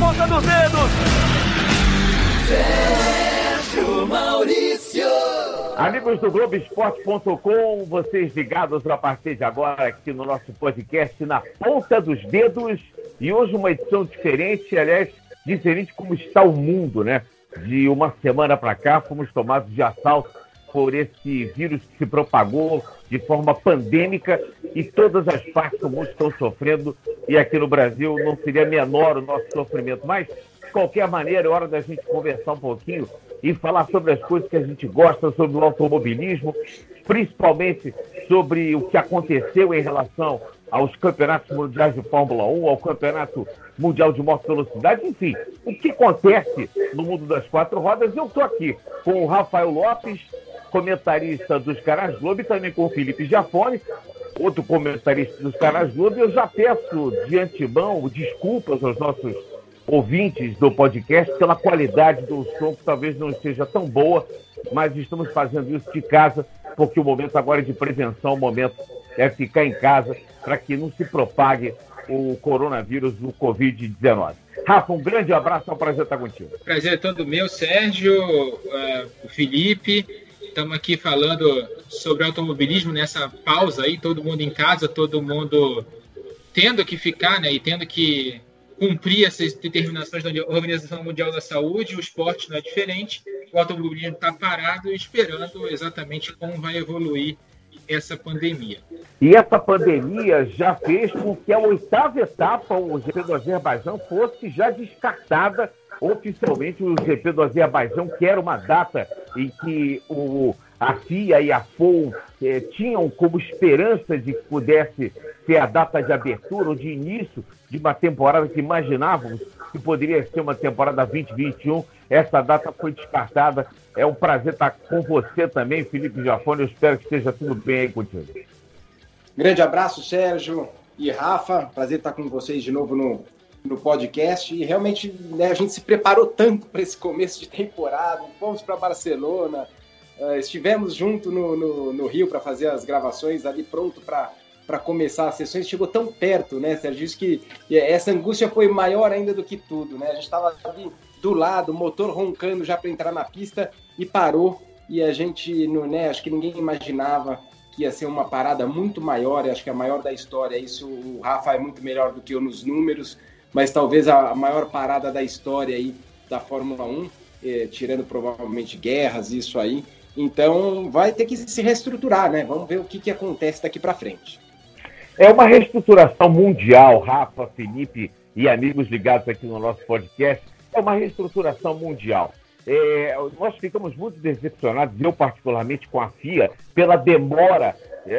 ponta dos dedos. Sérgio Maurício. Amigos do Globoesporte.com, vocês ligados a partir de agora aqui no nosso podcast Na Ponta dos Dedos. E hoje uma edição diferente, aliás, diferente como está o mundo, né? De uma semana para cá, fomos tomados de assalto por esse vírus que se propagou de forma pandêmica e todas as partes do mundo estão sofrendo, e aqui no Brasil não seria menor o nosso sofrimento. Mas, de qualquer maneira, é hora da gente conversar um pouquinho e falar sobre as coisas que a gente gosta, sobre o automobilismo, principalmente sobre o que aconteceu em relação aos campeonatos mundiais de Fórmula 1, ao campeonato mundial de moto velocidade, enfim, o que acontece no mundo das quatro rodas. Eu estou aqui com o Rafael Lopes, comentarista dos Canais Globo, e também com o Felipe Giafone, outro comentarista dos Canais Globo. Eu já peço de antemão desculpas aos nossos ouvintes do podcast pela qualidade do som, que talvez não esteja tão boa, mas estamos fazendo isso de casa, porque o momento agora é de prevenção, o momento é ficar em casa para que não se propague o coronavírus, o Covid-19. Rafa, um grande abraço, é um prazer estar contigo. Prazer é todo meu, Sérgio, o Felipe. Estamos aqui falando sobre automobilismo nessa pausa aí, todo mundo em casa, todo mundo tendo que ficar, né, e tendo que cumprir essas determinações da Organização Mundial da Saúde. O esporte não é diferente, o automobilismo está parado esperando exatamente como vai evoluir essa pandemia. E essa pandemia já fez com que a oitava etapa, o GP do Azerbaijão, fosse já descartada oficialmente. O GP do Azerbaijão, que era uma data em que a FIA e a FOM tinham como esperança de que pudesse ser a data de abertura ou de início de uma temporada que imaginávamos que poderia ser uma temporada 2021. Essa data foi descartada. É um prazer estar com você também, Felipe Giafone. Eu espero que esteja tudo bem aí contigo. Grande abraço, Sérgio e Rafa. Prazer estar com vocês de novo no podcast. E realmente, né, a gente se preparou tanto para esse começo de temporada. Fomos para Barcelona, estivemos junto no Rio para fazer as gravações, ali pronto para começar as sessões. Chegou tão perto, né, Sérgio? Diz que essa angústia foi maior ainda do que tudo, né? A gente estava ali do lado, o motor roncando já para entrar na pista, e parou. E a gente, né, acho que ninguém imaginava que ia ser uma parada muito maior, acho que a maior da história. Isso o Rafa é muito melhor do que eu nos números, mas talvez a maior parada da história aí da Fórmula 1, tirando provavelmente guerras, isso aí. Então vai ter que se reestruturar, né? Vamos ver o que acontece daqui para frente. É uma reestruturação mundial, Rafa, Felipe e amigos ligados aqui no nosso podcast. É uma reestruturação mundial. Nós ficamos muito decepcionados, eu particularmente, com a FIA, pela demora.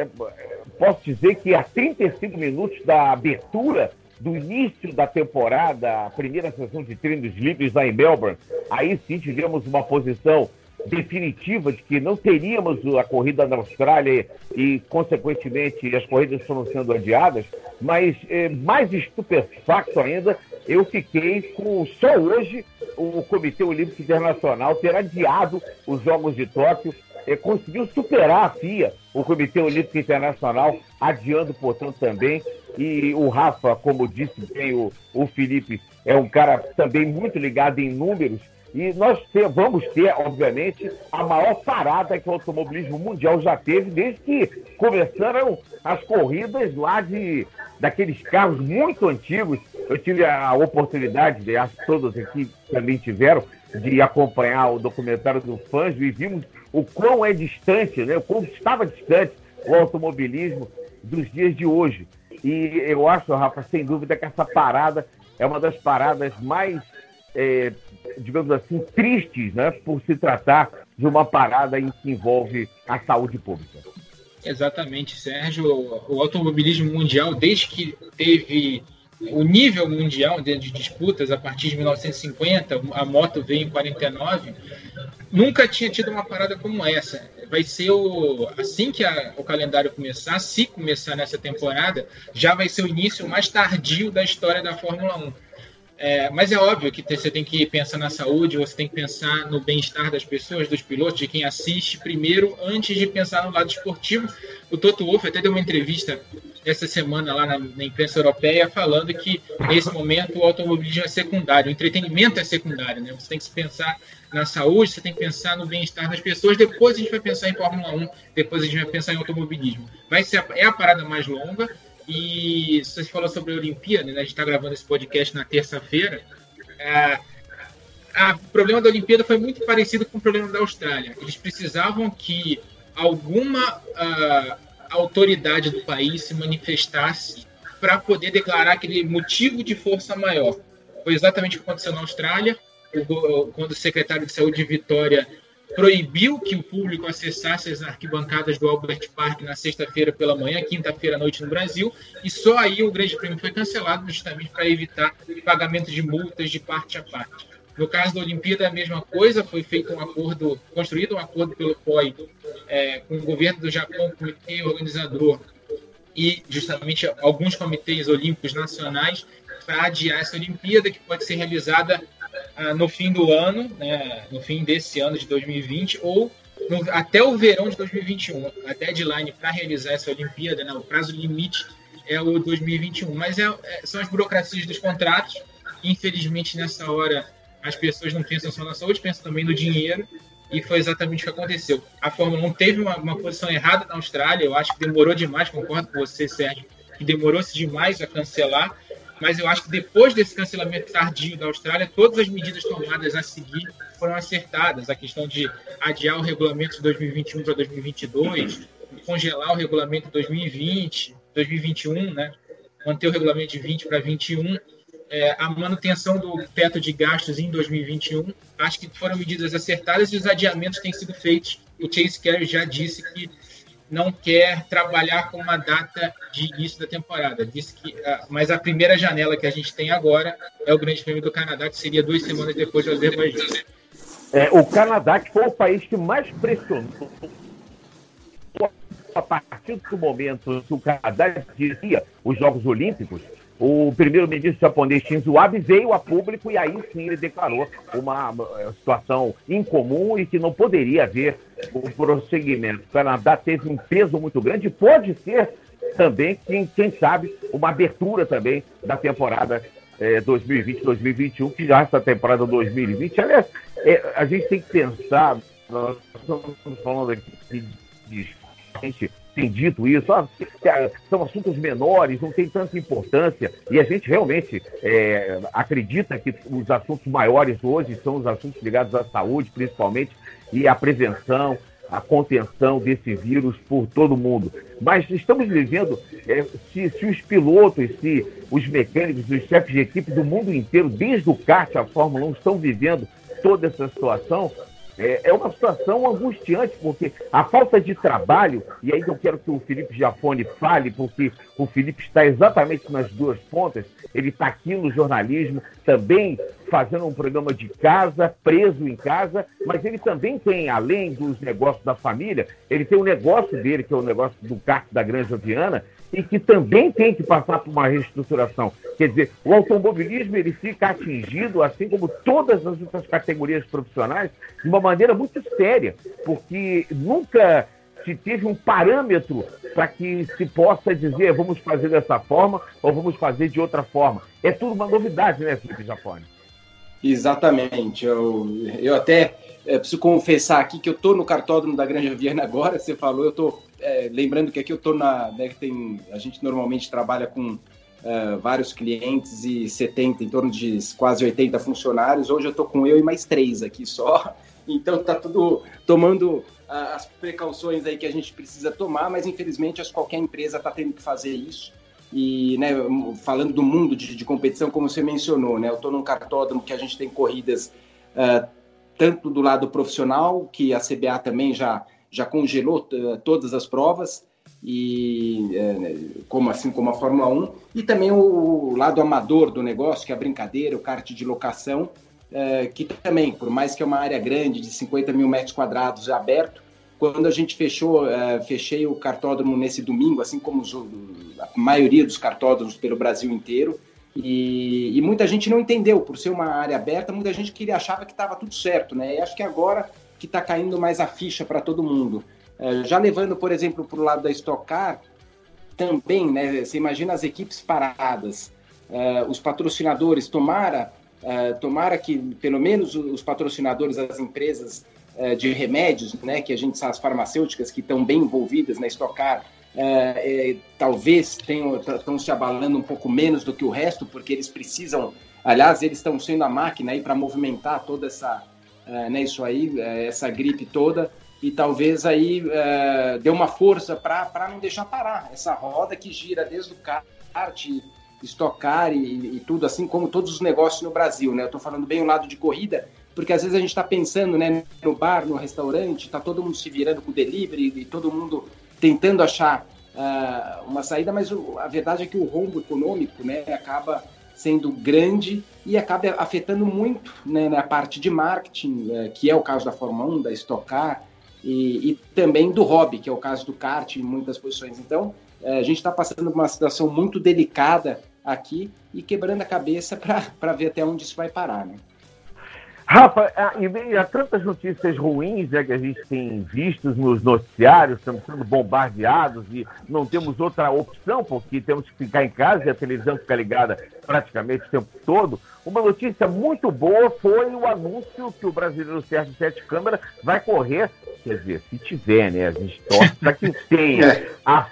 Posso dizer que a 35 minutos da abertura do início da temporada, a primeira sessão de treinos livres lá em Melbourne, aí sim tivemos uma posição definitiva de que não teríamos a corrida na Austrália e, consequentemente, as corridas foram sendo adiadas. Mas, mais estupefacto ainda, eu fiquei com só hoje o Comitê Olímpico Internacional ter adiado os Jogos de Tóquio. Conseguiu superar a FIA, o Comitê Olímpico Internacional, adiando, portanto, também. E o Rafa, como disse bem o Felipe, é um cara também muito ligado em números. E nós vamos ter, obviamente, a maior parada que o automobilismo mundial já teve desde que começaram as corridas lá daqueles carros muito antigos. Eu tive a oportunidade, acho que todos aqui também tiveram, de acompanhar o documentário do Fangio, e vimos o quão é distante, né, o quão estava distante o automobilismo dos dias de hoje. E eu acho, Rafa, sem dúvida, que essa parada é uma das paradas mais, digamos assim, tristes, né, por se tratar de uma parada em que envolve a saúde pública. Exatamente, Sérgio. O automobilismo mundial, desde que teve o nível mundial de disputas a partir de 1950, a moto veio em 49, nunca tinha tido uma parada como essa. Vai ser assim que o calendário começar, se começar nessa temporada, já vai ser o início mais tardio da história da Fórmula 1. Mas é óbvio que você tem que pensar na saúde, você tem que pensar no bem-estar das pessoas, dos pilotos, de quem assiste primeiro, antes de pensar no lado esportivo. O Toto Wolff até deu uma entrevista essa semana lá na imprensa europeia falando que, nesse momento, o automobilismo é secundário, o entretenimento é secundário, né? Você tem que se pensar na saúde, você tem que pensar no bem-estar das pessoas, depois a gente vai pensar em Fórmula 1, depois a gente vai pensar em automobilismo. É a parada mais longa, e você falou sobre a Olimpíada, né? A gente está gravando esse podcast na terça-feira. O problema da Olimpíada foi muito parecido com o problema da Austrália. Eles precisavam que alguma autoridade do país se manifestasse para poder declarar aquele motivo de força maior. Foi exatamente o que aconteceu na Austrália, quando o secretário de Saúde de Vitória proibiu que o público acessasse as arquibancadas do Albert Park na sexta-feira pela manhã, quinta-feira à noite no Brasil, e só aí o Grande Prêmio foi cancelado justamente para evitar pagamento de multas de parte a parte. No caso da Olimpíada, a mesma coisa, foi feito construído um acordo pelo COI com o governo do Japão, o comitê organizador e justamente alguns comitês olímpicos nacionais para adiar essa Olimpíada, que pode ser realizada no fim do ano, né, no fim desse ano de 2020, ou até o verão de 2021. A deadline para realizar essa Olimpíada, né, o prazo limite é o 2021. Mas são as burocracias dos contratos. Infelizmente, nessa hora, as pessoas não pensam só na saúde, pensam também no dinheiro, e foi exatamente o que aconteceu. A Fórmula 1 teve uma posição errada na Austrália, eu acho que demorou demais, concordo com você, Sérgio, que demorou-se demais a cancelar, mas eu acho que depois desse cancelamento tardio da Austrália, todas as medidas tomadas a seguir foram acertadas. A questão de adiar o regulamento de 2021 para 2022, congelar o regulamento de 2021, né? Manter o regulamento de 20 para 21, a manutenção do teto de gastos em 2021, acho que foram medidas acertadas e os adiamentos têm sido feitos. O Chase Carey já disse que não quer trabalhar com uma data de início da temporada. Disse que, mas a primeira janela que a gente tem agora é o Grande Prêmio do Canadá, que seria 2 semanas depois do Azerbaijão. O Canadá, que foi o país que mais pressionou a partir do momento que o Canadá dizia os Jogos Olímpicos, o primeiro-ministro japonês Shinzo Abe veio a público e aí sim ele declarou uma situação incomum e que não poderia haver o prosseguimento. O Canadá teve um peso muito grande e pode ser também, quem sabe, uma abertura também da temporada 2020-2021, que já essa temporada 2020, aliás, a gente tem que pensar, nós estamos falando aqui de gente tem dito isso, são assuntos menores, não tem tanta importância, e a gente realmente acredita que os assuntos maiores hoje são os assuntos ligados à saúde, principalmente, e à prevenção, à contenção desse vírus por todo mundo. Mas estamos vivendo, se os pilotos, se os mecânicos, os chefes de equipe do mundo inteiro, desde o kart à Fórmula 1, estão vivendo toda essa situação, é uma situação angustiante, porque a falta de trabalho, e aí eu quero que o Felipe Giafone fale, porque o Felipe está exatamente nas duas pontas, ele está aqui no jornalismo, também fazendo um programa de casa, preso em casa, mas ele também tem, além dos negócios da família, ele tem o negócio dele, que é o negócio do kart da Granja Viana, e que também tem que passar por uma reestruturação. Quer dizer, o automobilismo ele fica atingido, assim como todas as outras categorias profissionais, de uma maneira muito séria, porque nunca se teve um parâmetro para que se possa dizer vamos fazer dessa forma ou vamos fazer de outra forma. É tudo uma novidade, né, Felipe Giafone? Exatamente. Eu até preciso confessar aqui que eu estou no cartódromo da Granja Viana agora, você falou, eu estou lembrando que aqui eu estou a gente normalmente trabalha com vários clientes e em torno de quase 80 funcionários, hoje eu estou com eu e mais 3 aqui só, então está tudo tomando as precauções aí que a gente precisa tomar, mas infelizmente qualquer empresa está tendo que fazer isso. E, né, falando do mundo de competição, como você mencionou, né, eu estou num cartódromo que a gente tem corridas tanto do lado profissional, que a CBA também já congelou todas as provas, e assim como a Fórmula 1, e também o lado amador do negócio, que é a brincadeira, o kart de locação, que também, por mais que é uma área grande, de 50 mil metros quadrados aberto, quando a gente fechei o cartódromo nesse domingo, assim como a maioria dos cartódromos pelo Brasil inteiro, e muita gente não entendeu, por ser uma área aberta, muita gente achava que estava tudo certo, né? E acho que agora que está caindo mais a ficha para todo mundo. Já levando, por exemplo, para o lado da Stock Car, também, né? Você imagina as equipes paradas, os patrocinadores, tomara que pelo menos os patrocinadores, as empresas de remédios, né, que a gente sabe, as farmacêuticas que estão bem envolvidas na Stock Car, talvez estão se abalando um pouco menos do que o resto, porque eles precisam, aliás, eles estão sendo a máquina aí para movimentar toda essa, isso aí, essa gripe toda, e talvez aí dê uma força para não deixar parar essa roda que gira desde o kart, Stock Car e tudo, assim como todos os negócios no Brasil, né? Eu estou falando bem o lado de corrida, porque às vezes a gente está pensando, né, no bar, no restaurante, está todo mundo se virando com o delivery e todo mundo tentando achar uma saída, mas a verdade é que o rombo econômico, né, acaba sendo grande e acaba afetando muito, né, na parte de marketing, que é o caso da Fórmula 1, da Stock Car, e também do hobby, que é o caso do kart em muitas posições. Então, a gente está passando por uma situação muito delicada aqui e quebrando a cabeça para ver até onde isso vai parar, né? Rafa, em meio a tantas notícias ruins que a gente tem visto nos noticiários, estamos sendo bombardeados e não temos outra opção, porque temos que ficar em casa e a televisão fica ligada praticamente o tempo todo. Uma notícia muito boa foi o anúncio que o brasileiro Sérgio Sete Câmara vai correr, quer dizer, se tiver, né? A gente torce para que tenha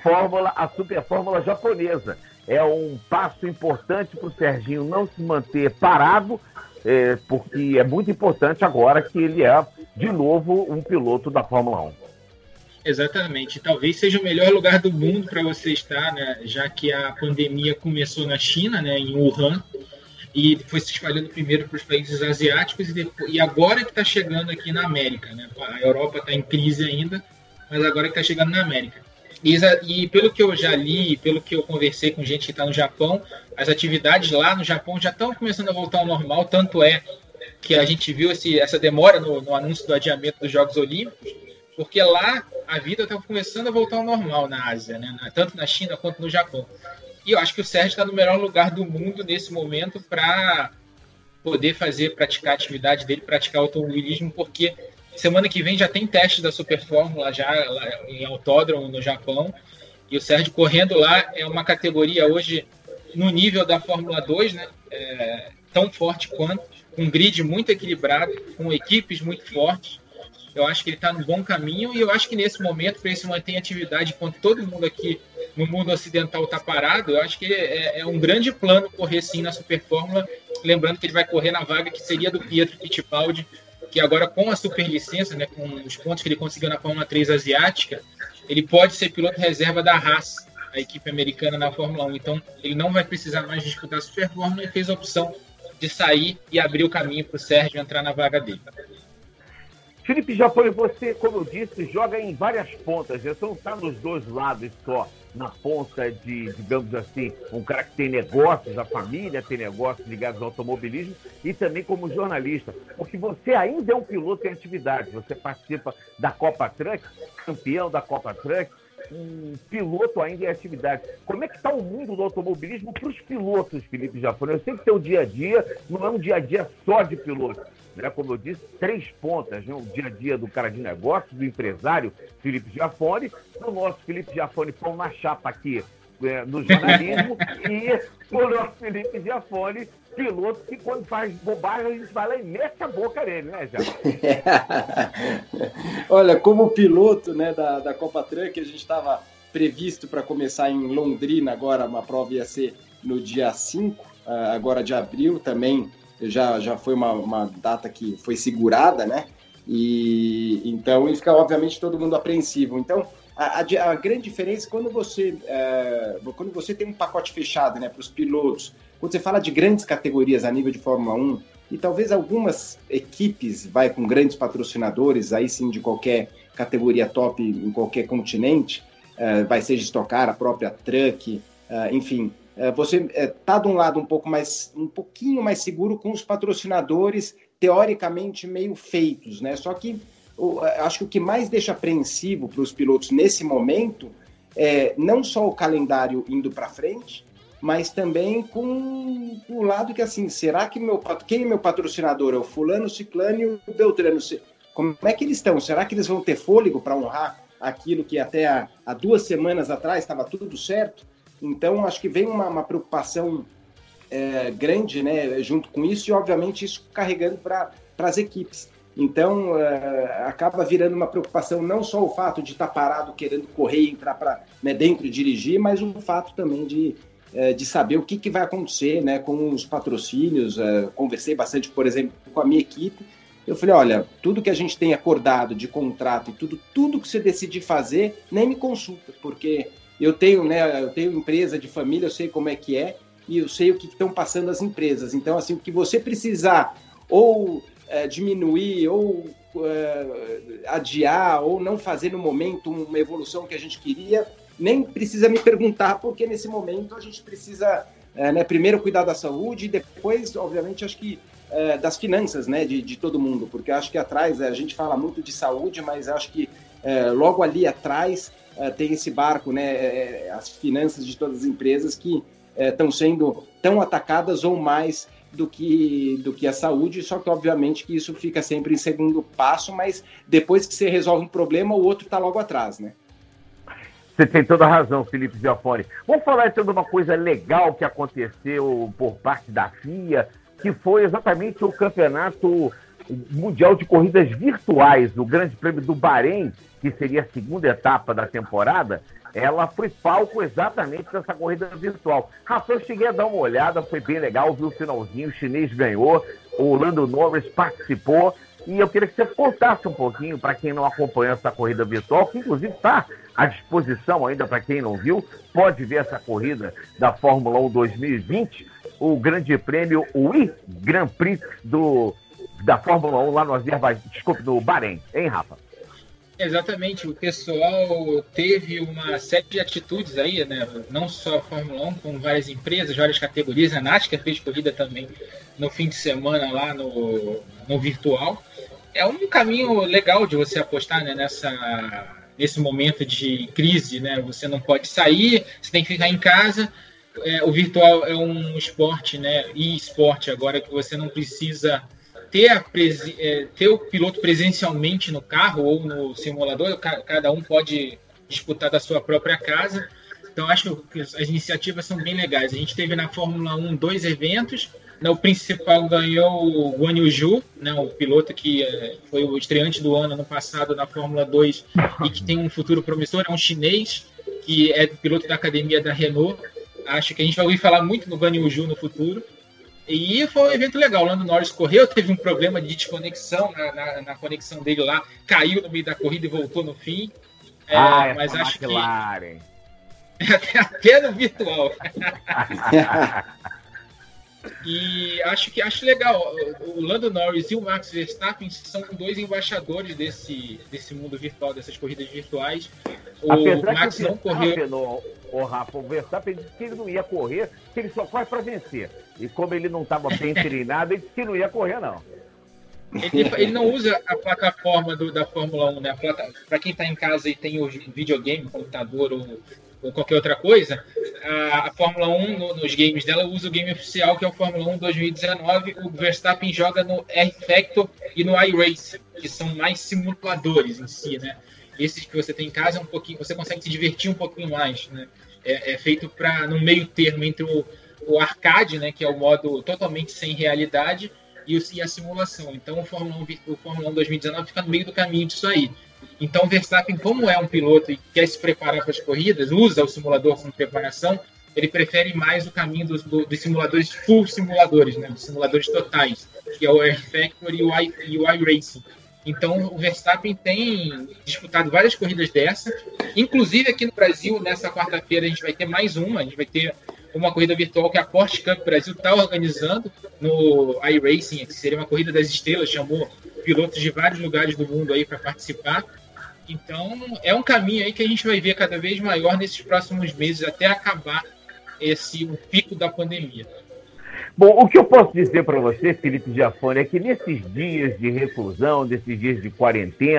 a Super Fórmula japonesa. É um passo importante para o Serginho não se manter parado, porque é muito importante agora que ele é, de novo, um piloto da Fórmula 1. Exatamente. Talvez seja o melhor lugar do mundo para você estar, né? Já que a pandemia começou na China, né, em Wuhan, e foi se espalhando primeiro para os países asiáticos e agora que está chegando aqui na América, né? A Europa está em crise ainda, mas agora que está chegando na América. E pelo que eu já li, pelo que eu conversei com gente que está no Japão, as atividades lá no Japão já estão começando a voltar ao normal, tanto é que a gente viu essa demora no anúncio do adiamento dos Jogos Olímpicos, porque lá a vida está começando a voltar ao normal na Ásia, né? Tanto na China quanto no Japão. E eu acho que o Sérgio está no melhor lugar do mundo nesse momento para poder praticar a atividade dele, praticar automobilismo, porque semana que vem já tem teste da Super Fórmula já lá em autódromo no Japão, e o Sérgio correndo lá é uma categoria hoje no nível da Fórmula 2, né? Tão forte quanto, com um grid muito equilibrado, com equipes muito fortes. Eu acho que ele está no bom caminho e eu acho que nesse momento, para ele se manter em atividade enquanto todo mundo aqui no mundo ocidental está parado, eu acho que é um grande plano correr sim na Super Fórmula, lembrando que ele vai correr na vaga que seria do Pietro Fittipaldi, que agora com a superlicença, né, com os pontos que ele conseguiu na Fórmula 3 asiática, ele pode ser piloto reserva da Haas, a equipe americana na Fórmula 1. Então, ele não vai precisar mais disputar a Super Fórmula e fez a opção de sair e abrir o caminho para o Sérgio entrar na vaga dele. Felipe Jafone, você, como eu disse, joga em várias pontas, você não está nos dois lados só, na ponta de, digamos assim, um cara que tem negócios, a família tem negócios ligados ao automobilismo e também como jornalista, porque você ainda é um piloto em atividade, você participa da Copa Truck, campeão da Copa Truck, um piloto ainda em atividade. Como é que está o mundo do automobilismo para os pilotos, Felipe Jafone? Eu sei que seu dia a dia não é um dia a dia só de piloto, né? Como eu disse, 3 pontas, né? O dia a dia do cara de negócio, do empresário Felipe Jafone, do nosso Felipe Jafone pão na chapa aqui no jornalismo e o nosso Felipe Jafone, piloto que quando faz bobagem a gente vai lá e mete a boca nele, né, Jafone? Olha, como piloto, né, da Copa Truck, a gente estava previsto para começar em Londrina agora, uma prova ia ser no dia 5, agora de abril também, já foi uma data que foi segurada, né? E então e fica obviamente todo mundo apreensivo. Então a grande diferença é quando você tem um pacote fechado, né, para os pilotos, quando você fala de grandes categorias a nível de Fórmula 1 e talvez algumas equipes vai com grandes patrocinadores, aí sim de qualquer categoria top em qualquer continente, vai ser de Stock Car, a própria Truck, enfim. Você está de um lado um pouquinho mais seguro com os patrocinadores teoricamente meio feitos, né? Só que acho que o que mais deixa apreensivo para os pilotos nesse momento é não só o calendário indo para frente, mas também com o lado que assim, será que quem é meu patrocinador? É o fulano, o ciclano e o beltrano? Como é que eles estão? Será que eles vão ter fôlego para honrar aquilo que até há 2 semanas atrás estava tudo certo. Então, acho que vem uma preocupação grande, né, junto com isso, e obviamente isso carregando para as equipes. Então, acaba virando uma preocupação não só o fato de estar parado querendo correr e entrar dentro e dirigir, mas o fato também de saber o que vai acontecer, né, com os patrocínios. Conversei bastante, por exemplo, com a minha equipe. Eu falei, olha, tudo que a gente tem acordado de contrato e tudo que você decidir fazer, nem me consulta, porque eu tenho empresa de família, eu sei como é que é, e eu sei o que estão passando as empresas. Então, assim, o que você precisar ou diminuir, ou adiar, ou não fazer no momento uma evolução que a gente queria, nem precisa me perguntar, porque nesse momento a gente precisa, primeiro cuidar da saúde e depois, obviamente, acho que das finanças, né, de todo mundo, porque acho que atrás a gente fala muito de saúde, mas acho que logo ali atrás tem esse barco, né, as finanças de todas as empresas que estão sendo tão atacadas ou mais do que a saúde, só que obviamente que isso fica sempre em segundo passo, mas depois que você resolve um problema, o outro está logo atrás, né? Você tem toda a razão, Felipe Giafone. Vamos falar então de uma coisa legal que aconteceu por parte da FIA, que foi exatamente o Campeonato Mundial de Corridas Virtuais, o Grande Prêmio do Bahrein, que seria a segunda etapa da temporada. Ela foi palco exatamente dessa corrida virtual. Rafa, eu cheguei a dar uma olhada, foi bem legal, viu o finalzinho, o chinês ganhou, o Lando Norris participou, e eu queria que você contasse um pouquinho para quem não acompanhou essa corrida virtual, que inclusive está à disposição ainda para quem não viu, pode ver essa corrida da Fórmula 1 2020, o Grande Prêmio, o Grand Prix da Fórmula 1 lá no no Bahrein, hein, Rafa? Exatamente, o pessoal teve uma série de atitudes aí, né? Não só a Fórmula 1, como várias empresas, várias categorias. A NASCAR fez corrida também no fim de semana lá no virtual. É um caminho legal de você apostar, né, nesse momento de crise, né? Você não pode sair, você tem que ficar em casa. O virtual é um esporte, né? E esporte agora que você não precisa ter o piloto presencialmente no carro ou no simulador, cada um pode disputar da sua própria casa. Então, acho que as iniciativas são bem legais. A gente teve na Fórmula 1 2 eventos. O principal ganhou o Guan Yu Zhou, né, o piloto que foi o estreante do ano passado na Fórmula 2 e que tem um futuro promissor. É um chinês que é piloto da academia da Renault. Acho que a gente vai ouvir falar muito no Guan Yu Zhou no futuro. E foi um evento legal. O Lando Norris correu, teve um problema de desconexão na conexão dele lá, caiu no meio da corrida e voltou no fim. Mas acho McLaren. Que até no virtual. E acho legal. O Lando Norris e o Max Verstappen são 2 embaixadores desse mundo virtual, dessas corridas virtuais. O Max não correu. O Verstappen disse que ele não ia correr, que ele só corre para vencer. E como ele não estava bem treinado, ele disse que não ia correr, não. Ele não usa a plataforma da Fórmula 1, né? Para quem está em casa e tem o videogame, computador ou qualquer outra coisa, a Fórmula 1 nos games dela usa o game oficial, que é o Fórmula 1 2019. O Verstappen joga no R-Factor e no iRacing, que são mais simuladores em si, né? Esses que você tem em casa, você consegue se divertir um pouquinho mais, né? É feito no meio termo entre o arcade, né, que é o modo totalmente sem realidade, e a simulação. Então o Fórmula 1 2019 fica no meio do caminho disso aí. Então o Verstappen, como é um piloto e quer se preparar para as corridas, usa o simulador como preparação, ele prefere mais o caminho dos simuladores full simuladores, né, dos simuladores totais, que é o R-Factor e o iRacing. Então, o Verstappen tem disputado várias corridas dessa. Inclusive, aqui no Brasil, nessa quarta-feira, a gente vai ter mais uma. A gente vai ter uma corrida virtual que a Porsche Cup Brasil está organizando no iRacing, que seria uma corrida das estrelas. Chamou pilotos de vários lugares do mundo aí para participar. Então, é um caminho aí que a gente vai ver cada vez maior nesses próximos meses, até acabar o pico da pandemia. Bom, o que eu posso dizer para você, Felipe Giafone, é que nesses dias de reclusão, desses dias de quarentena,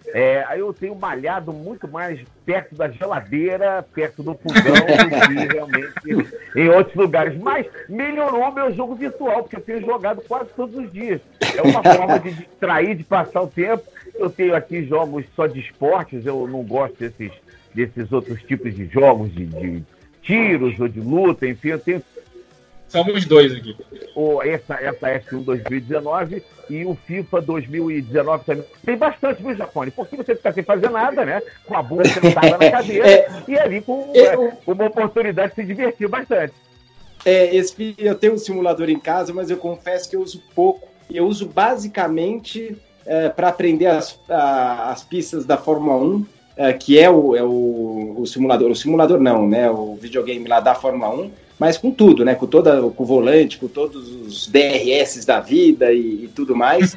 Aí eu tenho malhado muito mais perto da geladeira, perto do fogão, do que realmente em outros lugares. Mas melhorou o meu jogo virtual, porque eu tenho jogado quase todos os dias. É uma forma de distrair, de passar o tempo. Eu tenho aqui jogos só de esportes, eu não gosto desses outros tipos de jogos, de tiros ou de luta, enfim, eu tenho. Somos dois aqui. Essa F1 2019 e o FIFA 2019 também. Tem bastante no Japão, porque você fica sem fazer nada, né? Com a bunda sentada na cadeira e ali com uma oportunidade de se divertir bastante. Eu tenho um simulador em casa, mas eu confesso que eu uso pouco. Eu uso basicamente para aprender as pistas da Fórmula 1, que é o simulador. O simulador não, né? O videogame lá da Fórmula 1. Mas com tudo, né? Com o volante, com todos os DRS da vida e tudo mais.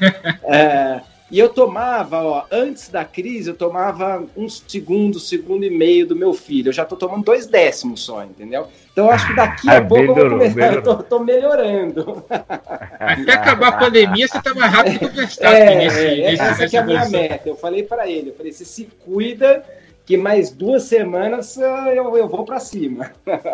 E eu tomava, antes da crise, eu tomava um segundo e meio do meu filho. Eu já tô tomando 2 décimos só, entendeu? Então eu acho que daqui a pouco eu vou começar. Eu tô melhorando. Até acabar a pandemia, você tá mais rápido que o Verstappen. Essa que é a minha meta. Eu falei para ele, você se cuida que mais 2 semanas eu vou para cima.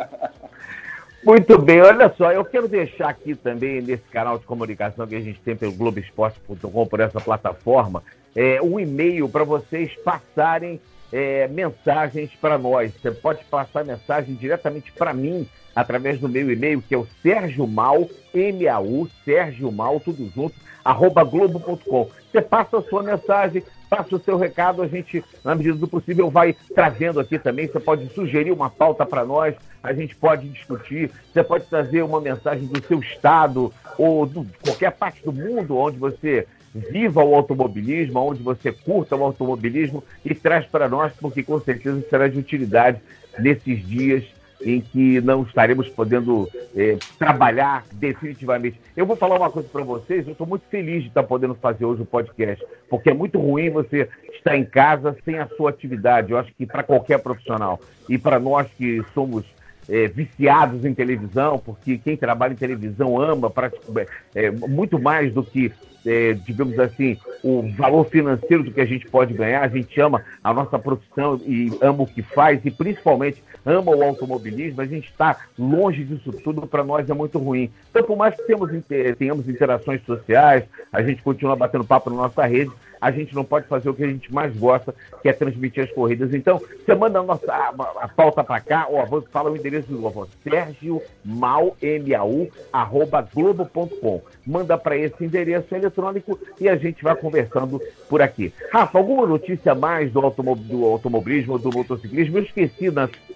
Muito bem, olha só, eu quero deixar aqui também nesse canal de comunicação que a gente tem pelo Globoesporte.com, por essa plataforma, um e-mail para vocês passarem mensagens para nós. Você pode passar mensagem diretamente para mim através do meu e-mail, que é o Sérgio Mal, M-A-U, Sérgio Mal, tudo junto, @globo.com. Você passa a sua mensagem, passa o seu recado, a gente, na medida do possível, vai trazendo aqui também. Você pode sugerir uma pauta para nós, a gente pode discutir, você pode trazer uma mensagem do seu estado ou de qualquer parte do mundo onde você viva o automobilismo, onde você curta o automobilismo e traz para nós, porque com certeza será de utilidade nesses dias em que não estaremos podendo trabalhar definitivamente. Eu vou falar uma coisa para vocês, eu estou muito feliz de estar podendo fazer hoje o podcast, porque é muito ruim você estar em casa sem a sua atividade. Eu acho que para qualquer profissional, e para nós que somos viciados em televisão, porque quem trabalha em televisão ama muito mais do que, digamos assim, o valor financeiro do que a gente pode ganhar. A gente ama a nossa profissão e ama o que faz, e principalmente ama o automobilismo. A gente está longe disso tudo, para nós é muito ruim. Então, por mais que tenhamos interações sociais, a gente continua batendo papo na nossa rede, a gente não pode fazer o que a gente mais gosta, que é transmitir as corridas. Então, você manda a pauta para cá, fala o endereço do novo, Sérgio Mal, M-A-U, @globo.com. Manda para esse endereço eletrônico e a gente vai conversando por aqui. Rafa, alguma notícia mais do automobilismo, do motociclismo? Eu esqueci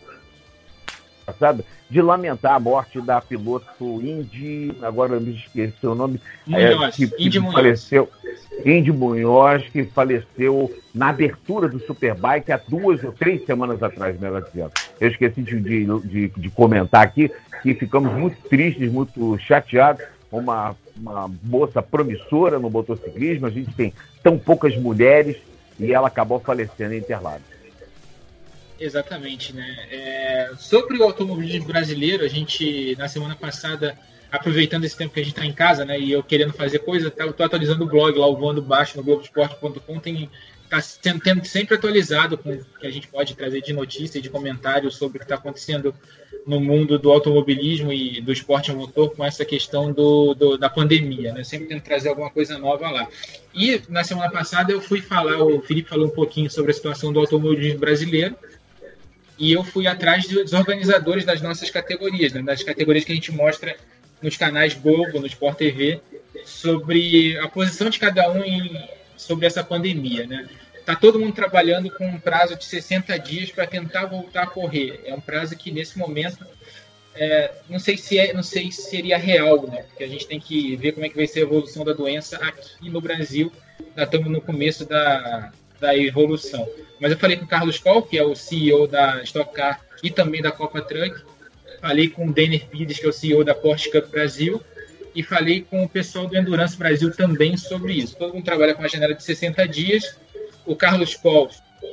passada de lamentar a morte da piloto Indy, agora eu me esqueci o nome, Indy faleceu. Indy Munhoz, que faleceu na abertura do Superbike há 2 ou 3 semanas atrás, melhor dizendo. Eu esqueci de comentar aqui que ficamos muito tristes, muito chateados. Uma moça promissora no motociclismo, a gente tem tão poucas mulheres e ela acabou falecendo em Interlagos. Exatamente, né? Sobre o automobilismo brasileiro, a gente, na semana passada, aproveitando esse tempo que a gente está em casa, né, e eu querendo fazer coisa, eu estou atualizando o blog lá, o Voando Baixo, no Globoesporte.com, está sendo sempre atualizado com o que a gente pode trazer de notícia e de comentários sobre o que está acontecendo no mundo do automobilismo e do esporte a motor com essa questão da pandemia, né? Sempre tento trazer alguma coisa nova lá. E na semana passada eu fui falar, o Felipe falou um pouquinho sobre a situação do automobilismo brasileiro, e eu fui atrás dos organizadores das nossas categorias, né, das categorias que a gente mostra nos canais Globo, no Sport TV, sobre a posição de cada um sobre essa pandemia, né? Tá todo mundo trabalhando com um prazo de 60 dias para tentar voltar a correr. É um prazo que, nesse momento, não sei se seria real, né? Porque a gente tem que ver como é que vai ser a evolução da doença aqui no Brasil. Já estamos no começo da evolução. Mas eu falei com o Carlos Coll, que é o CEO da Stock Car e também da Copa Truck. Falei com o Denner Pires, que é o CEO da Porsche Cup Brasil, e falei com o pessoal do Endurance Brasil também sobre isso. Todo mundo trabalha com uma janela de 60 dias. O Carlos Coll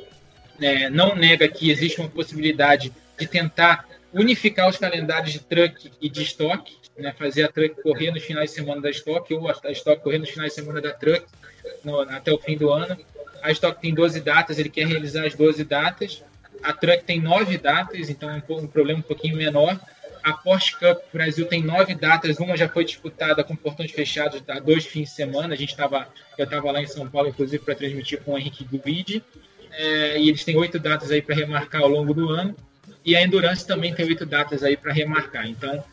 não nega que existe uma possibilidade de tentar unificar os calendários de truck e de estoque, né? Fazer a truck correr nos finais de semana da estoque ou a estoque correr nos finais de semana da truck até o fim do ano. A Stock tem 12 datas, ele quer realizar as 12 datas. A Truck tem 9 datas, então é um problema um pouquinho menor. A Porsche Cup Brasil tem 9 datas, uma já foi disputada com portões fechados há 2 fins de semana. Eu estava lá em São Paulo, inclusive, para transmitir com o Henrique Guidi. E eles têm 8 datas aí para remarcar ao longo do ano. E a Endurance também tem 8 datas aí para remarcar. Então,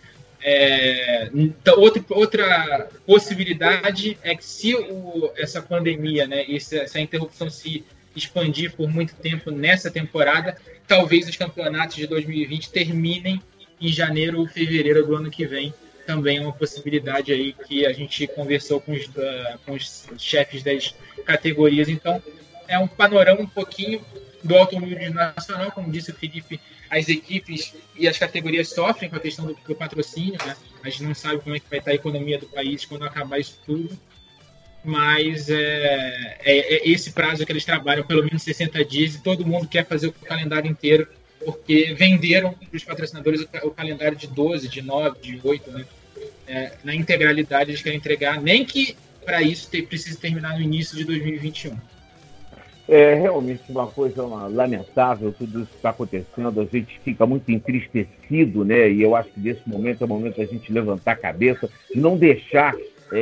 outra possibilidade é que se essa pandemia, né, essa interrupção se expandir por muito tempo nessa temporada, talvez os campeonatos de 2020 terminem em janeiro ou fevereiro do ano que vem. Também é uma possibilidade aí que a gente conversou com os chefes das categorias. Então, é um panorama um pouquinho do automobilismo nacional. Como disse o Felipe, as equipes e as categorias sofrem com a questão do patrocínio, né? A gente não sabe como é que vai estar a economia do país quando acabar isso tudo. Mas é esse prazo que eles trabalham, pelo menos 60 dias, e todo mundo quer fazer o calendário inteiro, porque venderam para os patrocinadores o calendário de 12, de 9, de 8, né? Na integralidade eles querem entregar, nem que para isso precise terminar no início de 2021. É realmente uma coisa lamentável tudo isso que está acontecendo. A gente fica muito entristecido, né? E eu acho que nesse momento é o momento da gente levantar a cabeça, não deixar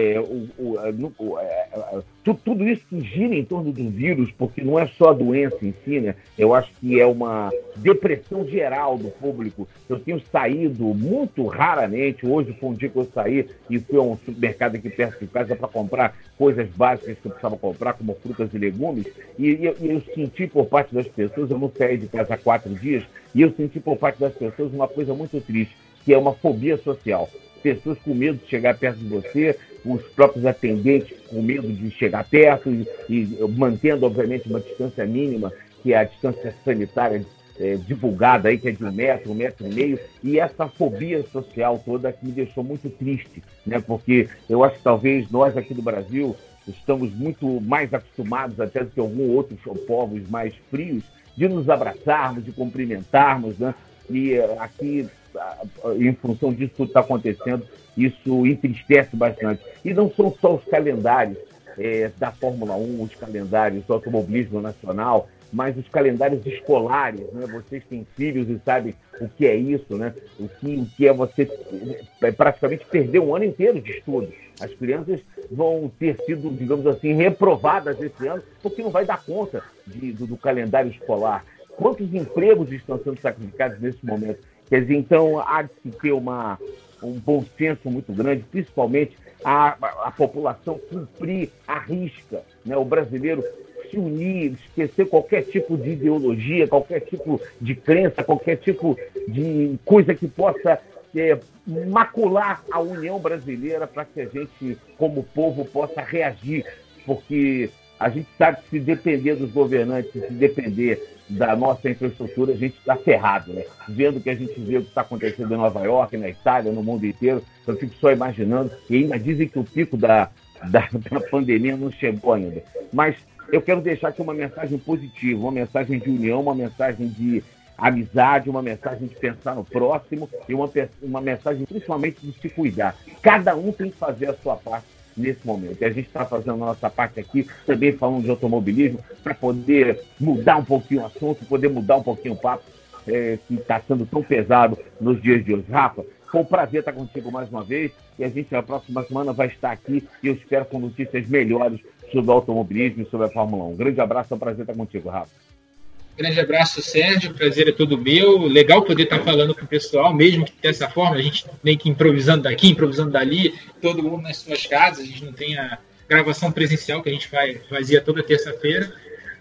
tudo isso que gira em torno do vírus, porque não é só a doença em si, né? Eu acho que é uma depressão geral do público. Eu tenho saído muito raramente. Hoje foi um dia que eu saí e fui a um supermercado aqui perto de casa para comprar coisas básicas que eu precisava comprar, como frutas e legumes, e eu senti por parte das pessoas, eu não saí de casa há 4 dias, e eu senti por parte das pessoas uma coisa muito triste, que é uma fobia social. Pessoas com medo de chegar perto de você, os próprios atendentes com medo de chegar perto e mantendo, obviamente, uma distância mínima, que é a distância sanitária divulgada aí, que é de 1 metro, 1,5 metros, e essa fobia social toda que me deixou muito triste, né? Porque eu acho que talvez nós aqui do Brasil estamos muito mais acostumados até do que alguns outros povos mais frios, de nos abraçarmos, de cumprimentarmos, né? E aqui, em função disso tudo que está acontecendo, isso entristece bastante. E não são só os calendários da Fórmula 1, os calendários do automobilismo nacional, mas os calendários escolares, né? Vocês têm filhos e sabem o que é isso, né? O que é você praticamente perder um ano inteiro de estudo. As crianças vão ter sido, digamos assim, reprovadas esse ano, porque não vai dar conta do calendário escolar. Quantos empregos estão sendo sacrificados nesse momento? Quer dizer, então, há de se ter um bom senso muito grande, principalmente a população cumprir a risca, né? O brasileiro se unir, esquecer qualquer tipo de ideologia, qualquer tipo de crença, qualquer tipo de coisa que possa macular a União Brasileira, para que a gente, como povo, possa reagir, porque a gente sabe que se depender dos governantes, se depender da nossa infraestrutura, a gente está ferrado, né? Vendo que a gente vê o que está acontecendo em Nova York, na Itália, no mundo inteiro, eu fico só imaginando, e ainda dizem que o pico da pandemia não chegou ainda. Mas eu quero deixar aqui uma mensagem positiva, uma mensagem de união, uma mensagem de amizade, uma mensagem de pensar no próximo e uma mensagem principalmente de se cuidar. Cada um tem que fazer a sua parte nesse momento. E a gente está fazendo a nossa parte aqui, também falando de automobilismo, para poder mudar um pouquinho o assunto, poder mudar um pouquinho o papo, que está sendo tão pesado nos dias de hoje. Rafa, foi um prazer estar contigo mais uma vez, e a gente na próxima semana vai estar aqui, e eu espero com notícias melhores sobre o automobilismo e sobre a Fórmula 1. Um grande abraço, é um prazer estar contigo, Rafa. Grande abraço, Sérgio, o prazer é todo meu. Legal poder estar falando com o pessoal, mesmo que dessa forma, a gente meio que improvisando daqui, improvisando dali, todo mundo nas suas casas, a gente não tem a gravação presencial que a gente fazia toda terça-feira,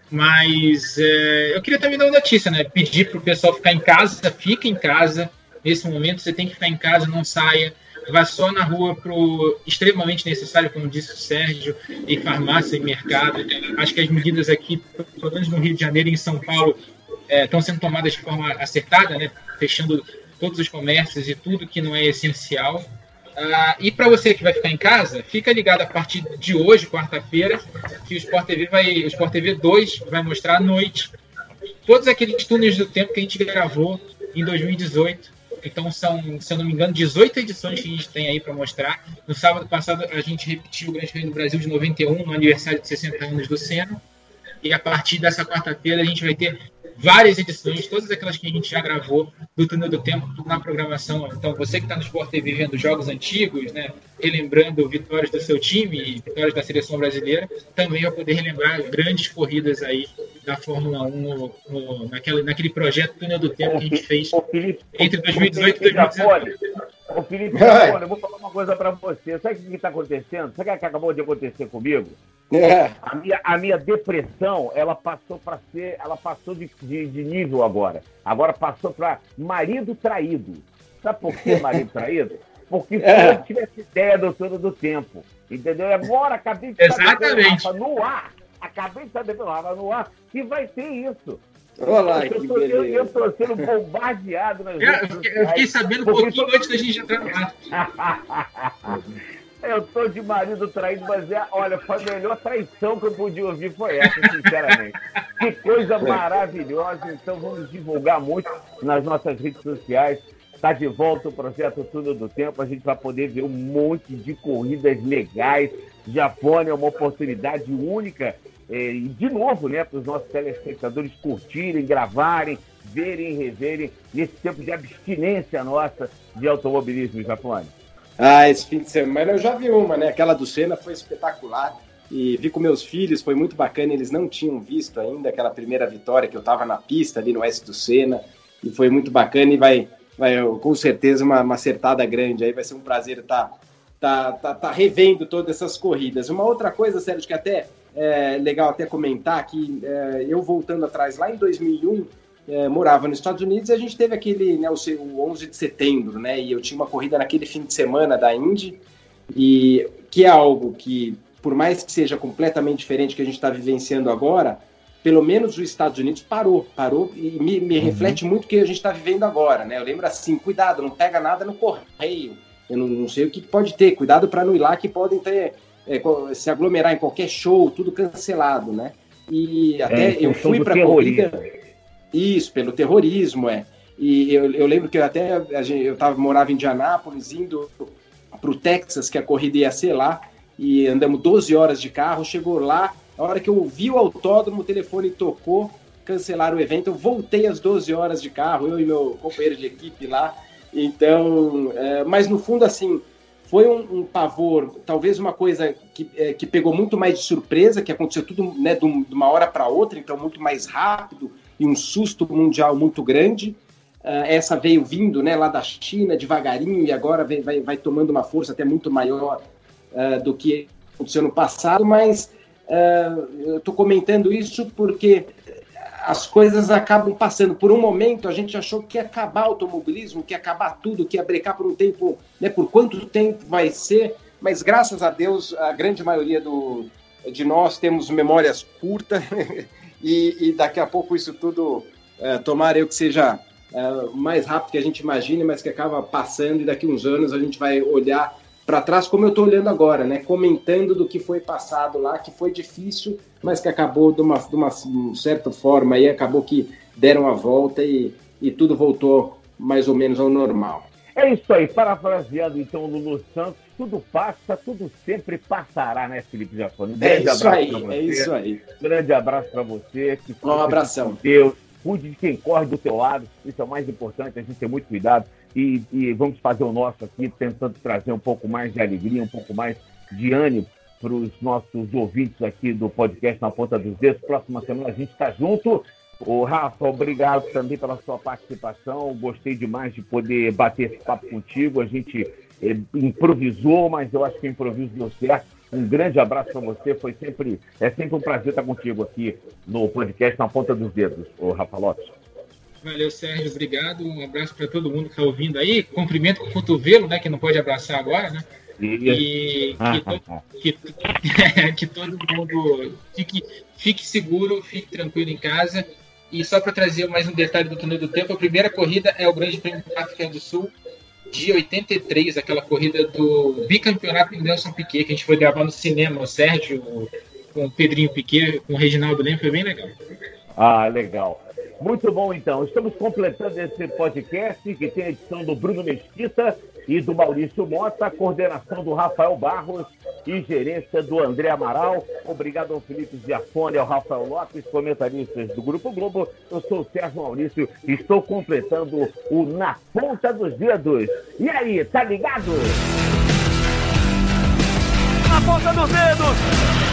mas eu queria também dar uma notícia, né? Pedir para o pessoal ficar em casa, fica em casa, nesse momento você tem que ficar em casa, não saia, vá só na rua pro extremamente necessário, como disse o Sérgio, e farmácia e mercado. Acho que as medidas aqui, pelo menos no Rio de Janeiro e em São Paulo, estão sendo tomadas de forma acertada, né? Fechando todos os comércios e tudo que não é essencial. E para você que vai ficar em casa, fica ligado a partir de hoje, quarta-feira, que o Sport TV 2 vai mostrar à noite todos aqueles túneis do tempo que a gente gravou em 2018. Então são, se eu não me engano, 18 edições que a gente tem aí para mostrar. No sábado passado a gente repetiu o Grande Prêmio do Brasil de 91, no aniversário de 60 anos do Senna. E a partir dessa quarta-feira a gente vai ter várias edições, todas aquelas que a gente já gravou do Túnel do Tempo na programação. Então, você que está no Sport TV vendo jogos antigos, né, relembrando vitórias do seu time e vitórias da seleção brasileira, também vai poder relembrar grandes corridas aí da Fórmula 1 naquele projeto Túnel do Tempo que a gente fez entre 2018 e 2019. Ô, Felipe, olha, eu vou falar uma coisa para você. Sabe o que está acontecendo? Sabe o que acabou de acontecer comigo? A minha depressão, ela passou de nível agora. Agora passou para marido traído. Sabe por que marido traído? Porque se eu tivesse ideia do Túnel do Tempo, entendeu? E agora acabei de saber no ar. Acabei de saber pelo Rafa no ar que vai ter isso. Olá, eu estou sendo bombardeado nas redes sociais. Eu fiquei sabendo um pouquinho antes da gente entrar no ar. Eu tô de marido traído, mas olha, foi a melhor traição que eu podia ouvir foi essa, sinceramente. Que coisa maravilhosa. Então vamos divulgar muito nas nossas redes sociais. Está de volta o projeto Túnel do Tempo. A gente vai poder ver um monte de corridas legais. Japônia é uma oportunidade única. E de novo, né, para os nossos telespectadores curtirem, gravarem, verem e reverem nesse tempo de abstinência nossa de automobilismo Japônia. Esse fim de semana eu já vi uma, né? Aquela do Senna foi espetacular. E vi com meus filhos, foi muito bacana. Eles não tinham visto ainda aquela primeira vitória que eu estava na pista ali no S do Senna. E foi muito bacana e vai com certeza uma acertada grande. Aí vai ser um prazer estar revendo todas essas corridas. Uma outra coisa, Sérgio, que até é legal até comentar, que eu voltando atrás, lá em 2001, morava nos Estados Unidos e a gente teve aquele, né, o 11 de setembro, né, e eu tinha uma corrida naquele fim de semana da Indy, e que é algo que, por mais que seja completamente diferente do que a gente está vivenciando agora, pelo menos os Estados Unidos parou e me reflete muito o que a gente está vivendo agora, né? Eu lembro assim, cuidado, não pega nada no correio, eu não sei o que pode ter, cuidado para não ir lá que podem ter, se aglomerar em qualquer show, tudo cancelado, né? E até eu fui para a corrida... Isso, pelo terrorismo, E eu lembro que morava em Indianápolis, indo para o Texas, que a corrida ia ser lá, e andamos 12 horas de carro, chegou lá, a hora que eu vi o autódromo, o telefone tocou, cancelaram o evento, eu voltei às 12 horas de carro, eu e meu companheiro de equipe lá, então, mas no fundo, assim, foi um pavor, talvez uma coisa que pegou muito mais de surpresa, que aconteceu tudo, né, de uma hora para outra, então muito mais rápido, e um susto mundial muito grande. Essa veio vindo, né, lá da China, devagarinho, e agora vai tomando uma força até muito maior do que aconteceu no passado, mas eu estou comentando isso porque as coisas acabam passando. Por um momento, a gente achou que ia acabar o automobilismo, que ia acabar tudo, que ia brecar por um tempo, né, por quanto tempo vai ser, mas graças a Deus, a grande maioria de nós temos memórias curtas, e daqui a pouco isso tudo, tomara eu que seja mais rápido que a gente imagine, mas que acaba passando, e daqui uns anos a gente vai olhar para trás, como eu estou olhando agora, né? Comentando do que foi passado lá, que foi difícil, mas que acabou de uma certa forma, aí acabou que deram a volta e tudo voltou mais ou menos ao normal. É isso aí, parafraseando então o Lulu Santos, tudo passa, tudo sempre passará, né, Felipe Jafone? É isso aí. Grande abraço para você. Um abração. Deus, cuide de quem corre do teu lado, isso é o mais importante, a gente ter muito cuidado. E vamos fazer o nosso aqui, tentando trazer um pouco mais de alegria, um pouco mais de ânimo para os nossos ouvintes aqui do podcast Na Ponta dos Dedos. Próxima semana a gente está junto. O Rafa, obrigado também pela sua participação. Gostei demais de poder bater esse papo contigo. A gente improvisou, mas eu acho que o improviso deu certo. Um grande abraço para você. É sempre um prazer estar contigo aqui no podcast Na Ponta dos Dedos, o Rafa Lopes. Valeu, Sérgio, obrigado. Um abraço para todo mundo que está ouvindo aí. Cumprimento com o cotovelo, né? Que não pode abraçar agora, né? E que todo mundo fique seguro, fique tranquilo em casa. E só para trazer mais um detalhe do Túnel do Tempo, a primeira corrida é o Grande Prêmio do África do Sul, de 83, aquela corrida do bicampeonato do Nelson Piquet, que a gente foi gravar no cinema, o Sérgio, com o Pedrinho Piquet, com o Reginaldo Leme, foi bem legal. Ah, legal. Muito bom, então. Estamos completando esse podcast, que tem a edição do Bruno Mesquita e do Maurício Mota, coordenação do Rafael Barros e gerência do André Amaral. Obrigado ao Felipe Giafone e ao Rafael Lopes, comentaristas do Grupo Globo. Eu sou o Sérgio Maurício e estou completando o Na Ponta dos Dedos. E aí, tá ligado? Na ponta dos dedos!